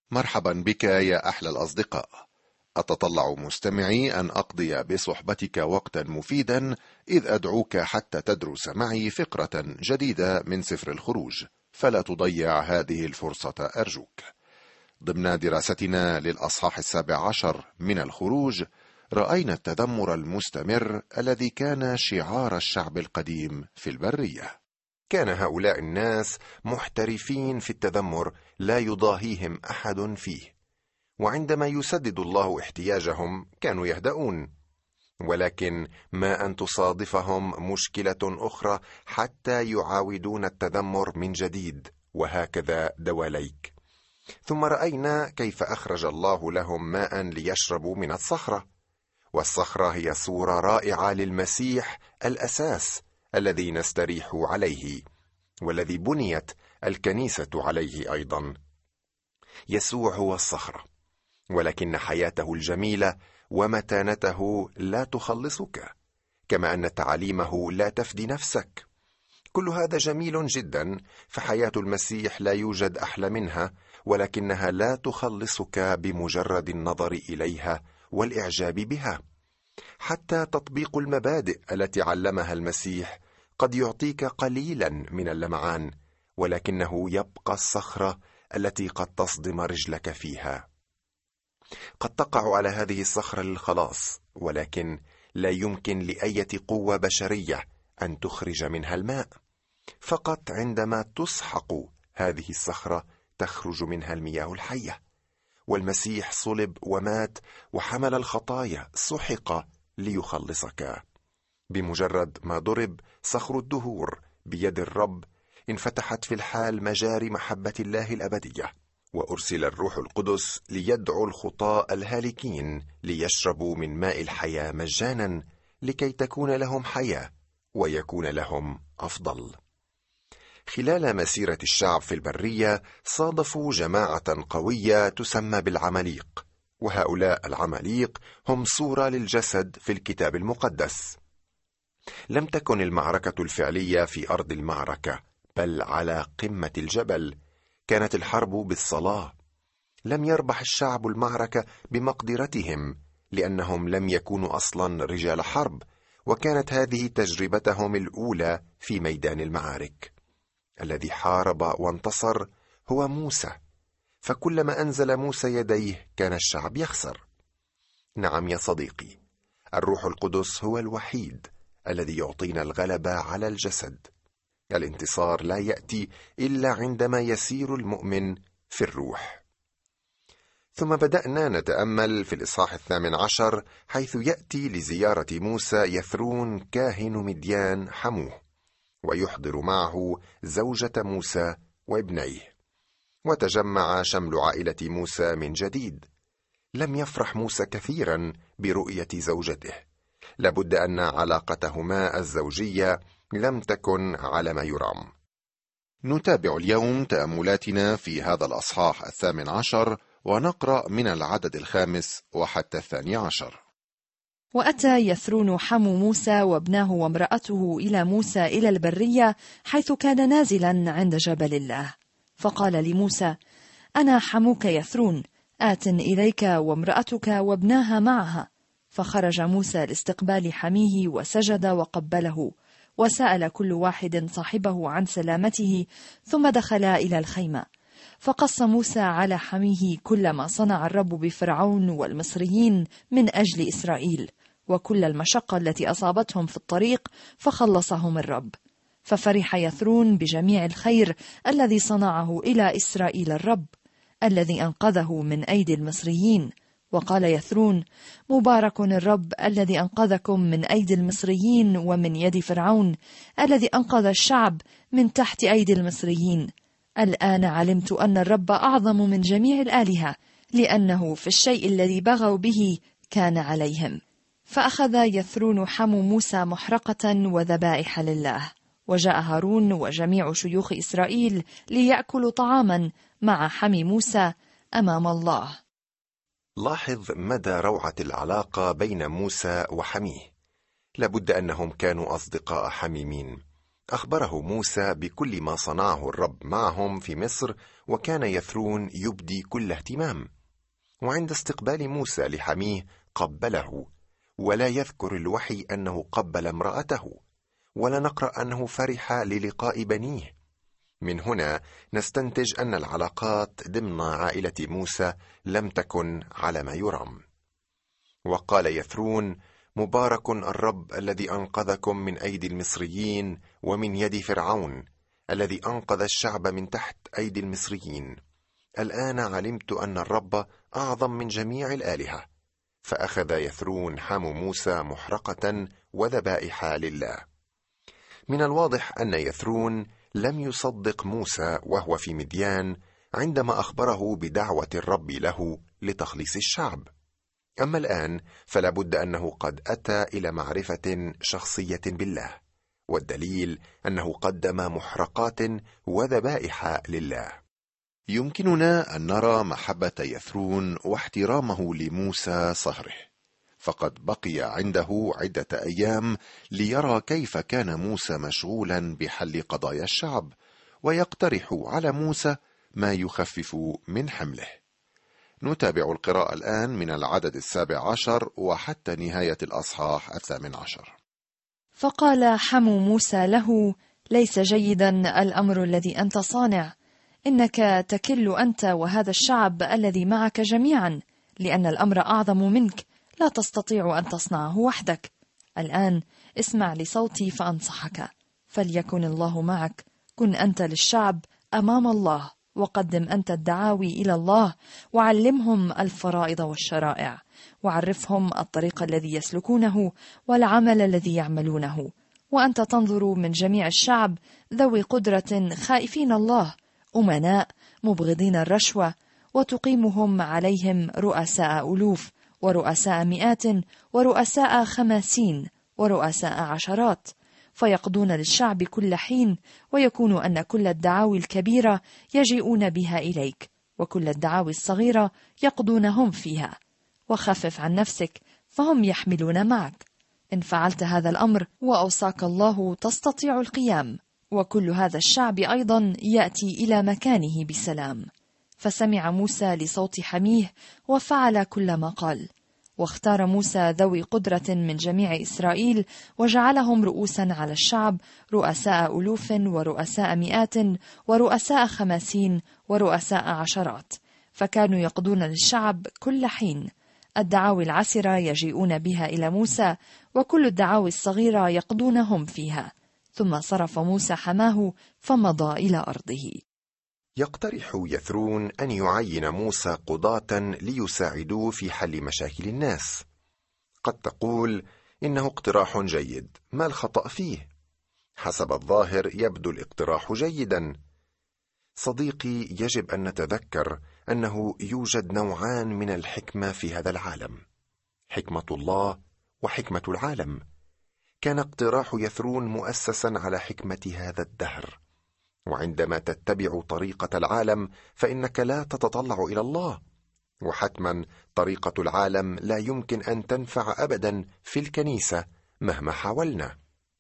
مرحبا بك يا أحلى الأصدقاء. أتطلع مستمعي أن أقضي بصحبتك وقتا مفيدا، إذ أدعوك حتى تدرس معي فقرة جديدة من سفر الخروج، فلا تضيع هذه الفرصة أرجوك. ضمن دراستنا للأصحاح 17 من الخروج، رأينا التذمر المستمر الذي كان شعار الشعب القديم في البرية. كان هؤلاء الناس محترفين في التذمر لا يضاهيهم أحد فيه، وعندما يسدد الله احتياجهم كانوا يهدؤون، ولكن ما أن تصادفهم مشكلة أخرى حتى يعاودون التذمر من جديد، وهكذا دواليك. ثم رأينا كيف أخرج الله لهم ماء ليشربوا من الصخرة، والصخرة هي صورة رائعة للمسيح الأساس الذي نستريح عليه، والذي بنيت الكنيسة عليه أيضا. يسوع هو الصخرة، ولكن حياته الجميلة ومتانته لا تخلصك، كما أن تعاليمه لا تفدي نفسك. كل هذا جميل جدا، فحياة المسيح لا يوجد أحلى منها، ولكنها لا تخلصك بمجرد النظر إليها والإعجاب بها. حتى تطبيق المبادئ التي علمها المسيح قد يعطيك قليلا من اللمعان، ولكنه يبقى الصخرة التي قد تصدم رجلك فيها. قد تقع على هذه الصخرة للخلاص، ولكن لا يمكن لأي قوة بشرية أن تخرج منها الماء. فقط عندما تسحق هذه الصخرة تخرج منها المياه الحية. والمسيح صلب ومات وحمل الخطايا، سحق ليخلصك. بمجرد ما ضرب صخر الدهور بيد الرب، انفتحت في الحال مجاري محبة الله الأبدية، وأرسل الروح القدس ليدعو الخطاة الهالكين ليشربوا من ماء الحياة مجانا، لكي تكون لهم حياة ويكون لهم أفضل. خلال مسيرة الشعب في البرية صادفوا جماعة قوية تسمى بالعماليق، وهؤلاء العماليق هم صورة للجسد في الكتاب المقدس. لم تكن المعركة الفعلية في أرض المعركة، بل على قمة الجبل. كانت الحرب بالصلاة. لم يربح الشعب المعركة بمقدرتهم، لأنهم لم يكونوا أصلا رجال حرب، وكانت هذه تجربتهم الأولى في ميدان المعارك. الذي حارب وانتصر هو موسى، فكلما أنزل موسى يديه كان الشعب يخسر. نعم يا صديقي، الروح القدس هو الوحيد الذي يعطينا الغلبة على الجسد. الانتصار لا يأتي إلا عندما يسير المؤمن في الروح. ثم بدأنا نتأمل في الإصحاح 18، حيث يأتي لزيارة موسى يثرون كاهن مديان حموه، ويحضر معه زوجة موسى وابنيه، وتجمع شمل عائلة موسى من جديد. لم يفرح موسى كثيرا برؤية زوجته، لابد أن علاقتهما الزوجية لم تكن على ما يرام. نتابع اليوم تأملاتنا في هذا الأصحاح 18، ونقرأ من العدد 5 وحتى 12. وأتى يثرون حمو موسى وابناه وامرأته إلى موسى إلى البرية، حيث كان نازلا عند جبل الله. فقال لموسى: أنا حموك يثرون، آت إليك وامرأتك وابناها معها. فخرج موسى لاستقبال حميه وسجد وقبله، وسأل كل واحد صاحبه عن سلامته، ثم دخلا إلى الخيمة. فقص موسى على حميه كل ما صنع الرب بفرعون والمصريين من أجل إسرائيل، وكل المشقة التي أصابتهم في الطريق، فخلصهم الرب. ففرح يثرون بجميع الخير الذي صنعه إلى إسرائيل الرب، الذي أنقذه من أيدي المصريين. وقال يثرون: مبارك الرب الذي أنقذكم من أيدي المصريين ومن يد فرعون، الذي أنقذ الشعب من تحت أيدي المصريين. الآن علمت أن الرب أعظم من جميع الآلهة، لأنه في الشيء الذي بغوا به كان عليهم. فأخذ يثرون حمو موسى محرقة وذبائح لله، وجاء هارون وجميع شيوخ إسرائيل ليأكلوا طعاما مع حمي موسى أمام الله. لاحظ مدى روعة العلاقة بين موسى وحميه. لابد أنهم كانوا أصدقاء حميمين، أخبره موسى بكل ما صنعه الرب معهم في مصر، وكان يثرون يبدي كل اهتمام. وعند استقبال موسى لحميه قبله، ولا يذكر الوحي أنه قبل امرأته، ولا نقرأ أنه فرح للقاء بنيه. من هنا نستنتج أن العلاقات ضمن عائلة موسى لم تكن على ما يرام. وقال يثرون: مبارك الرب الذي أنقذكم من أيدي المصريين ومن يد فرعون، الذي أنقذ الشعب من تحت أيدي المصريين. الآن علمت أن الرب أعظم من جميع الآلهة. فأخذ يثرون حم موسى محرقة وذبائح لله. من الواضح أن يثرون لم يصدق موسى وهو في مديان عندما أخبره بدعوة الرب له لتخليص الشعب. أما الآن فلا بد أنه قد أتى إلى معرفة شخصية بالله، والدليل أنه قدم محرقات وذبائح لله. يمكننا أن نرى محبة يثرون واحترامه لموسى صهره، فقد بقي عنده عدة أيام ليرى كيف كان موسى مشغولا بحل قضايا الشعب، ويقترح على موسى ما يخفف من حمله. نتابع القراءة الآن من العدد 17 وحتى نهاية الأصحاح 18. فقال حمو موسى له: ليس جيدا الأمر الذي أنت صانع، إنك تكل أنت وهذا الشعب الذي معك جميعا، لأن الأمر أعظم منك، لا تستطيع أن تصنعه وحدك. الآن اسمع لصوتي فأنصحك، فليكن الله معك. كن أنت للشعب أمام الله، وقدم أنت الدعاوي إلى الله، وعلمهم الفرائض والشرائع، وعرفهم الطريق الذي يسلكونه والعمل الذي يعملونه. وأنت تنظر من جميع الشعب ذوي قدرة خائفين الله، أمناء مبغضين الرشوة، وتقيمهم عليهم رؤساء ألوف، ورؤساء مئات، ورؤساء 50، ورؤساء 10، فيقضون للشعب كل حين، ويكون أن كل الدعاوي الكبيرة يجيئون بها إليك، وكل الدعاوي الصغيرة يقضونهم فيها. وخفف عن نفسك، فهم يحملون معك. إن فعلت هذا الأمر وأوصاك الله تستطيع القيام، وكل هذا الشعب أيضا يأتي إلى مكانه بسلام. فسمع موسى لصوت حميه وفعل كل ما قال. واختار موسى ذوي قدرة من جميع إسرائيل، وجعلهم رؤوسا على الشعب، رؤساء ألوف، ورؤساء مئات، ورؤساء 50، ورؤساء 10، فكانوا يقضون للشعب كل حين. الدعاوي العسرة يجيئون بها إلى موسى، وكل الدعاوي الصغيرة يقضونهم فيها. ثم صرف موسى حماه فمضى إلى أرضه. يقترح يثرون أن يعين موسى قضاة ليساعدوه في حل مشاكل الناس. قد تقول إنه اقتراح جيد، ما الخطأ فيه؟ حسب الظاهر يبدو الاقتراح جيدا. صديقي، يجب أن نتذكر أنه يوجد نوعان من الحكمة في هذا العالم: حكمة الله وحكمة العالم. كان اقتراح يثرون مؤسسا على حكمة هذا الدهر، وعندما تتبع طريقة العالم فإنك لا تتطلع إلى الله، وحتما طريقة العالم لا يمكن أن تنفع أبدا في الكنيسة مهما حاولنا.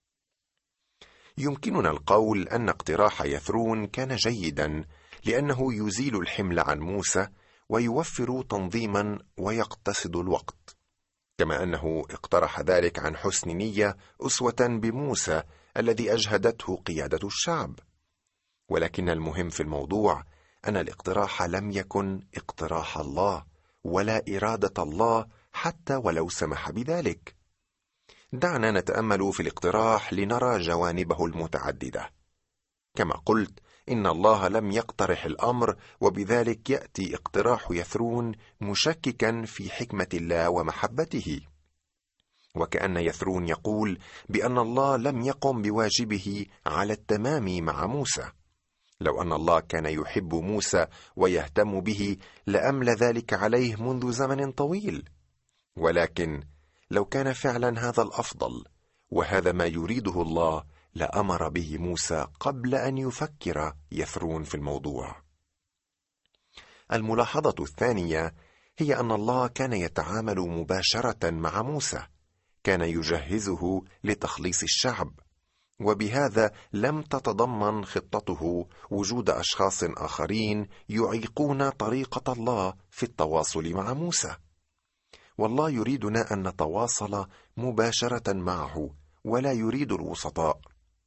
يمكننا القول أن اقتراح يثرون كان جيدا، لأنه يزيل الحمل عن موسى ويوفر تنظيما ويقتصد الوقت، كما أنه اقترح ذلك عن حسن نية أسوة بموسى الذي أجهدته قيادة الشعب. ولكن المهم في الموضوع أن الاقتراح لم يكن اقتراح الله ولا إرادة الله، حتى ولو سمح بذلك. دعنا نتأمل في الاقتراح لنرى جوانبه المتعددة. كما قلت، إن الله لم يقترح الأمر، وبذلك يأتي اقتراح يثرون مشككا في حكمة الله ومحبته، وكأن يثرون يقول بأن الله لم يقم بواجبه على التمام مع موسى. لو أن الله كان يحب موسى ويهتم به لأمل ذلك عليه منذ زمن طويل، ولكن لو كان فعلا هذا الأفضل وهذا ما يريده الله لأمر به موسى قبل أن يفكر يثرون في الموضوع. الملاحظة الثانية هي أن الله كان يتعامل مباشرة مع موسى، كان يجهزه لتخليص الشعب، وبهذا لم تتضمن خطته وجود أشخاص آخرين يعيقون طريقة الله في التواصل مع موسى. والله يريدنا أن نتواصل مباشرة معه، ولا يريد الوسطاء.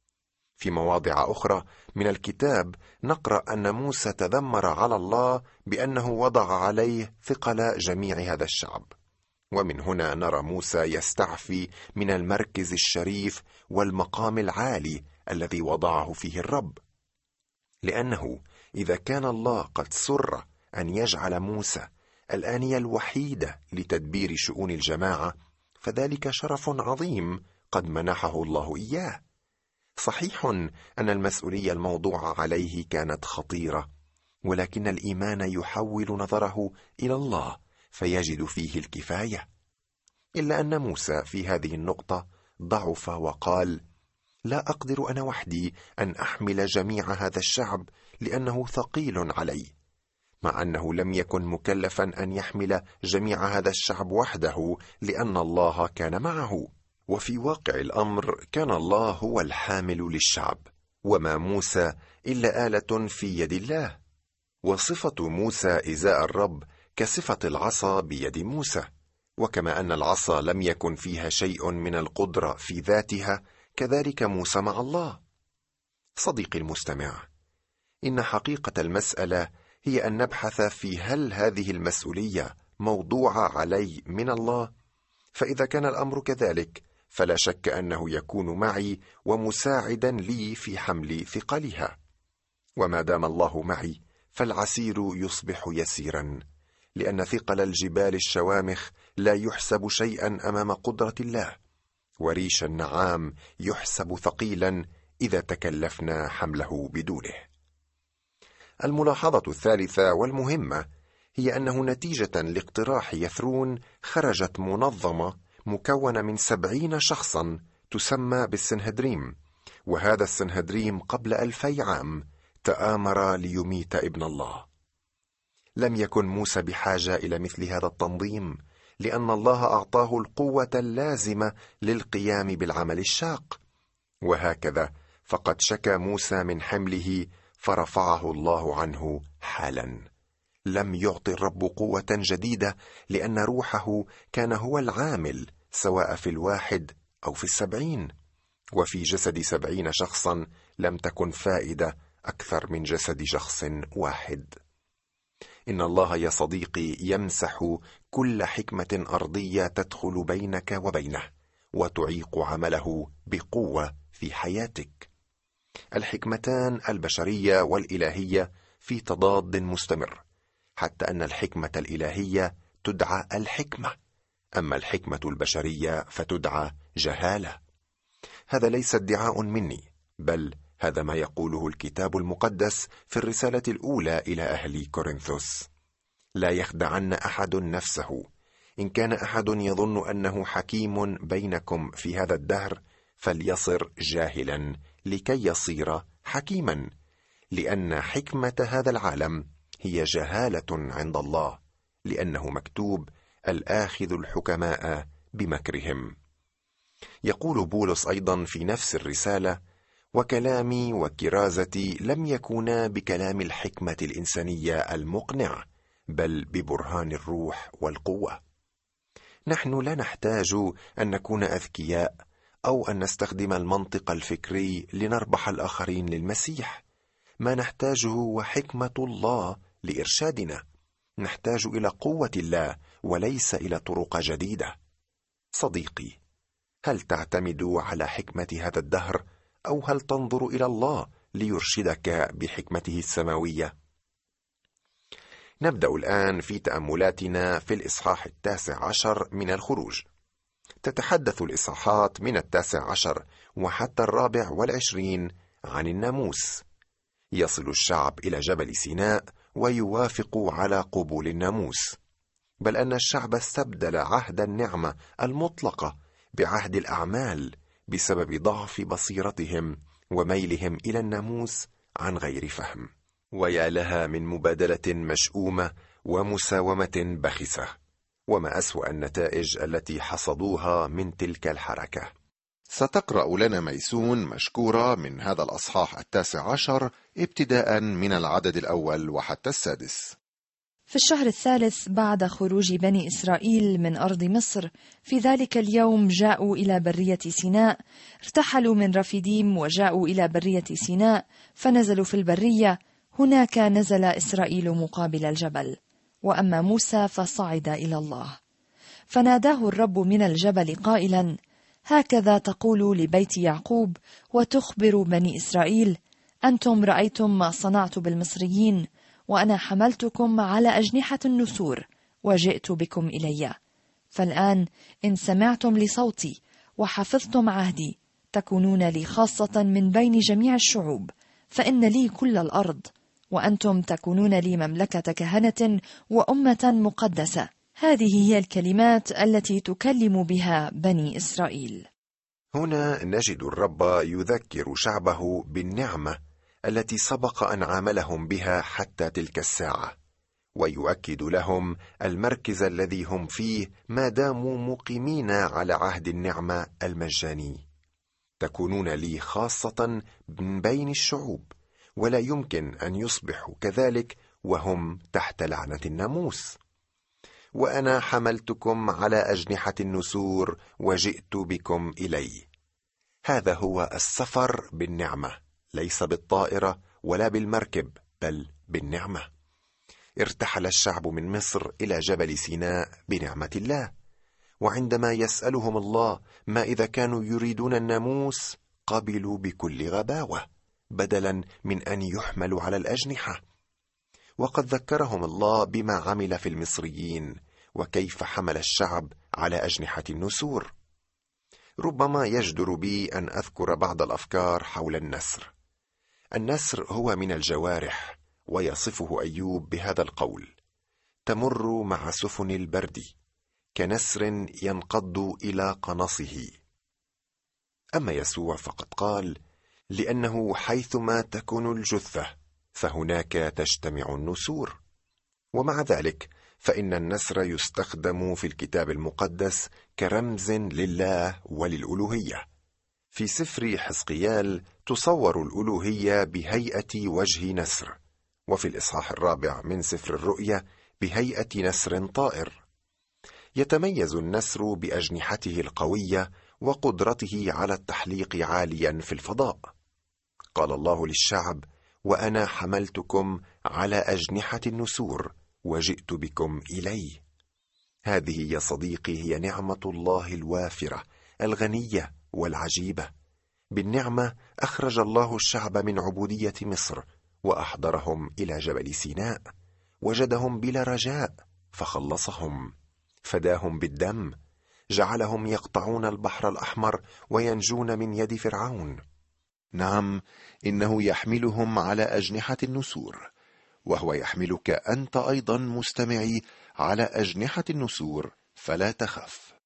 في مواضع أخرى من الكتاب نقرأ أن موسى تذمر على الله بأنه وضع عليه ثقل جميع هذا الشعب، ومن هنا نرى موسى يستعفي من المركز الشريف والمقام العالي الذي وضعه فيه الرب، لأنه إذا كان الله قد سر أن يجعل موسى الآنية الوحيدة لتدبير شؤون الجماعة، فذلك شرف عظيم قد منحه الله إياه. صحيح أن المسؤولية الموضوعة عليه كانت خطيرة، ولكن الإيمان يحول نظره إلى الله فيجد فيه الكفاية. إلا أن موسى في هذه النقطة ضعف وقال: لا أقدر أنا وحدي أن أحمل جميع هذا الشعب لأنه ثقيل علي، مع أنه لم يكن مكلفا أن يحمل جميع هذا الشعب وحده لأن الله كان معه. وفي واقع الأمر كان الله هو الحامل للشعب، وما موسى إلا آلة في يد الله. وصفة موسى إزاء الرب كصفة العصا بيد موسى، وكما أن العصا لم يكن فيها شيء من القدرة في ذاتها، كذلك موسى مع الله. صديقي المستمع، إن حقيقة المسألة هي أن نبحث في هل هذه المسؤولية موضوعة علي من الله؟ فإذا كان الأمر كذلك فلا شك أنه يكون معي ومساعدا لي في حمل ثقلها. وما دام الله معي فالعسير يصبح يسيرا، لأن ثقل الجبال الشوامخ لا يحسب شيئا أمام قدرة الله، وريش النعام يحسب ثقيلا إذا تكلفنا حمله بدونه. الملاحظة الثالثة والمهمة هي أنه نتيجة لاقتراح يثرون خرجت منظمة مكونة من 70 شخصا تسمى بالسنهدريم، وهذا السنهدريم قبل 2000 عام تآمر ليميت ابن الله. لم يكن موسى بحاجة إلى مثل هذا التنظيم، لأن الله أعطاه القوة اللازمة للقيام بالعمل الشاق. وهكذا فقد شكى موسى من حمله فرفعه الله عنه حالا. لم يعطي الرب قوة جديدة، لأن روحه كان هو العامل سواء في 1 أو في 70، وفي جسد 70 شخصا لم تكن فائدة أكثر من جسد شخص واحد. إن الله يا صديقي يمسح كل حكمة أرضية تدخل بينك وبينه وتعيق عمله بقوة في حياتك. الحكمتان البشرية والإلهية في تضاد مستمر، حتى أن الحكمة الإلهية تدعى الحكمة، أما الحكمة البشرية فتدعى جهالة. هذا ليس ادعاء مني، بل هذا ما يقوله الكتاب المقدس في الرسالة الأولى إلى أهل كورنثوس: لا يخدعن أحد نفسه، إن كان أحد يظن أنه حكيم بينكم في هذا الدهر فليصر جاهلا لكي يصير حكيما، لأن حكمة هذا العالم هي جهالة عند الله، لأنه مكتوب: الآخذ الحكماء بمكرهم. يقول بولس أيضا في نفس الرسالة: وكلامي وكرازتي لم يكونا بكلام الحكمة الإنسانية المقنع، بل ببرهان الروح والقوة. نحن لا نحتاج أن نكون أذكياء أو أن نستخدم المنطق الفكري لنربح الآخرين للمسيح. ما نحتاجه هو حكمة الله لإرشادنا. نحتاج إلى قوة الله وليس إلى طرق جديدة. صديقي، هل تعتمد على حكمة هذا الدهر، أو هل تنظر إلى الله ليرشدك بحكمته السماوية؟ نبدأ الآن في تأملاتنا في الإصحاح 19 من الخروج. تتحدث الإصحاحات من 19 وحتى 24 عن الناموس. يصل الشعب إلى جبل سيناء ويوافق على قبول الناموس، بل أن الشعب استبدل عهد النعمة المطلقة بعهد الأعمال بسبب ضعف بصيرتهم وميلهم إلى الناموس عن غير فهم. ويا لها من مبادلة مشؤومة ومساومة بخسة، وما أسوأ النتائج التي حصدوها من تلك الحركة. ستقرأ لنا ميسون مشكورة من هذا الأصحاح 19 ابتداء من العدد الأول وحتى 6. في الشهر الثالث بعد خروج بني إسرائيل من أرض مصر، في ذلك اليوم جاءوا إلى برية سيناء، ارتحلوا من رفيديم وجاءوا إلى برية سيناء، فنزلوا في البرية. هناك نزل إسرائيل مقابل الجبل، وأما موسى فصعد إلى الله. فناداه الرب من الجبل قائلا: هكذا تقول لبيت يعقوب وتخبر بني إسرائيل: أنتم رأيتم ما صنعت بالمصريين، وأنا حملتكم على أجنحة النسور وجئت بكم إلي. فالآن إن سمعتم لصوتي وحفظتم عهدي، تكونون لي خاصة من بين جميع الشعوب، فإن لي كل الأرض، وأنتم تكونون لي مملكة كهنة وأمة مقدسة. هذه هي الكلمات التي تكلم بها بني إسرائيل. هنا نجد الرب يذكر شعبه بالنعمة التي سبق أن عاملهم بها حتى تلك الساعة، ويؤكد لهم المركز الذي هم فيه ما داموا مقيمين على عهد النعمة المجاني. تكونون لي خاصة من بين الشعوب، ولا يمكن أن يصبحوا كذلك وهم تحت لعنة الناموس. وأنا حملتكم على أجنحة النسور وجئت بكم إلي. هذا هو السفر بالنعمة، ليس بالطائرة ولا بالمركب، بل بالنعمة. ارتحل الشعب من مصر إلى جبل سيناء بنعمة الله، وعندما يسألهم الله ما إذا كانوا يريدون الناموس، قبلوا بكل غباوة بدلا من أن يحملوا على الأجنحة. وقد ذكرهم الله بما عمل في المصريين، وكيف حمل الشعب على أجنحة النسور. ربما يجدر بي أن أذكر بعض الأفكار حول النسر. النسر هو من الجوارح، ويصفه أيوب بهذا القول: تمر مع سفن البرد كنسر ينقض إلى قنصه. أما يسوع فقد قال: لأنه حيثما تكون الجثة فهناك تجتمع النسور. ومع ذلك فإن النسر يستخدم في الكتاب المقدس كرمز لله وللألوهية. في سفر حزقيال تصور الألوهية بهيئة وجه نسر، وفي الإصحاح 4 من سفر الرؤيا بهيئة نسر طائر. يتميز النسر بأجنحته القوية وقدرته على التحليق عاليا في الفضاء. قال الله للشعب: وأنا حملتكم على أجنحة النسور وجئت بكم إلي. هذه يا صديقي هي نعمة الله الوافرة الغنية والعجيبة. بالنعمة أخرج الله الشعب من عبودية مصر، وأحضرهم إلى جبل سيناء، وجدهم بلا رجاء فخلصهم، فداهم بالدم، جعلهم يقطعون البحر الأحمر وينجون من يد فرعون. نعم، إنه يحملهم على أجنحة النسور، وهو يحملك أنت أيضا مستمعي على أجنحة النسور، فلا تخف.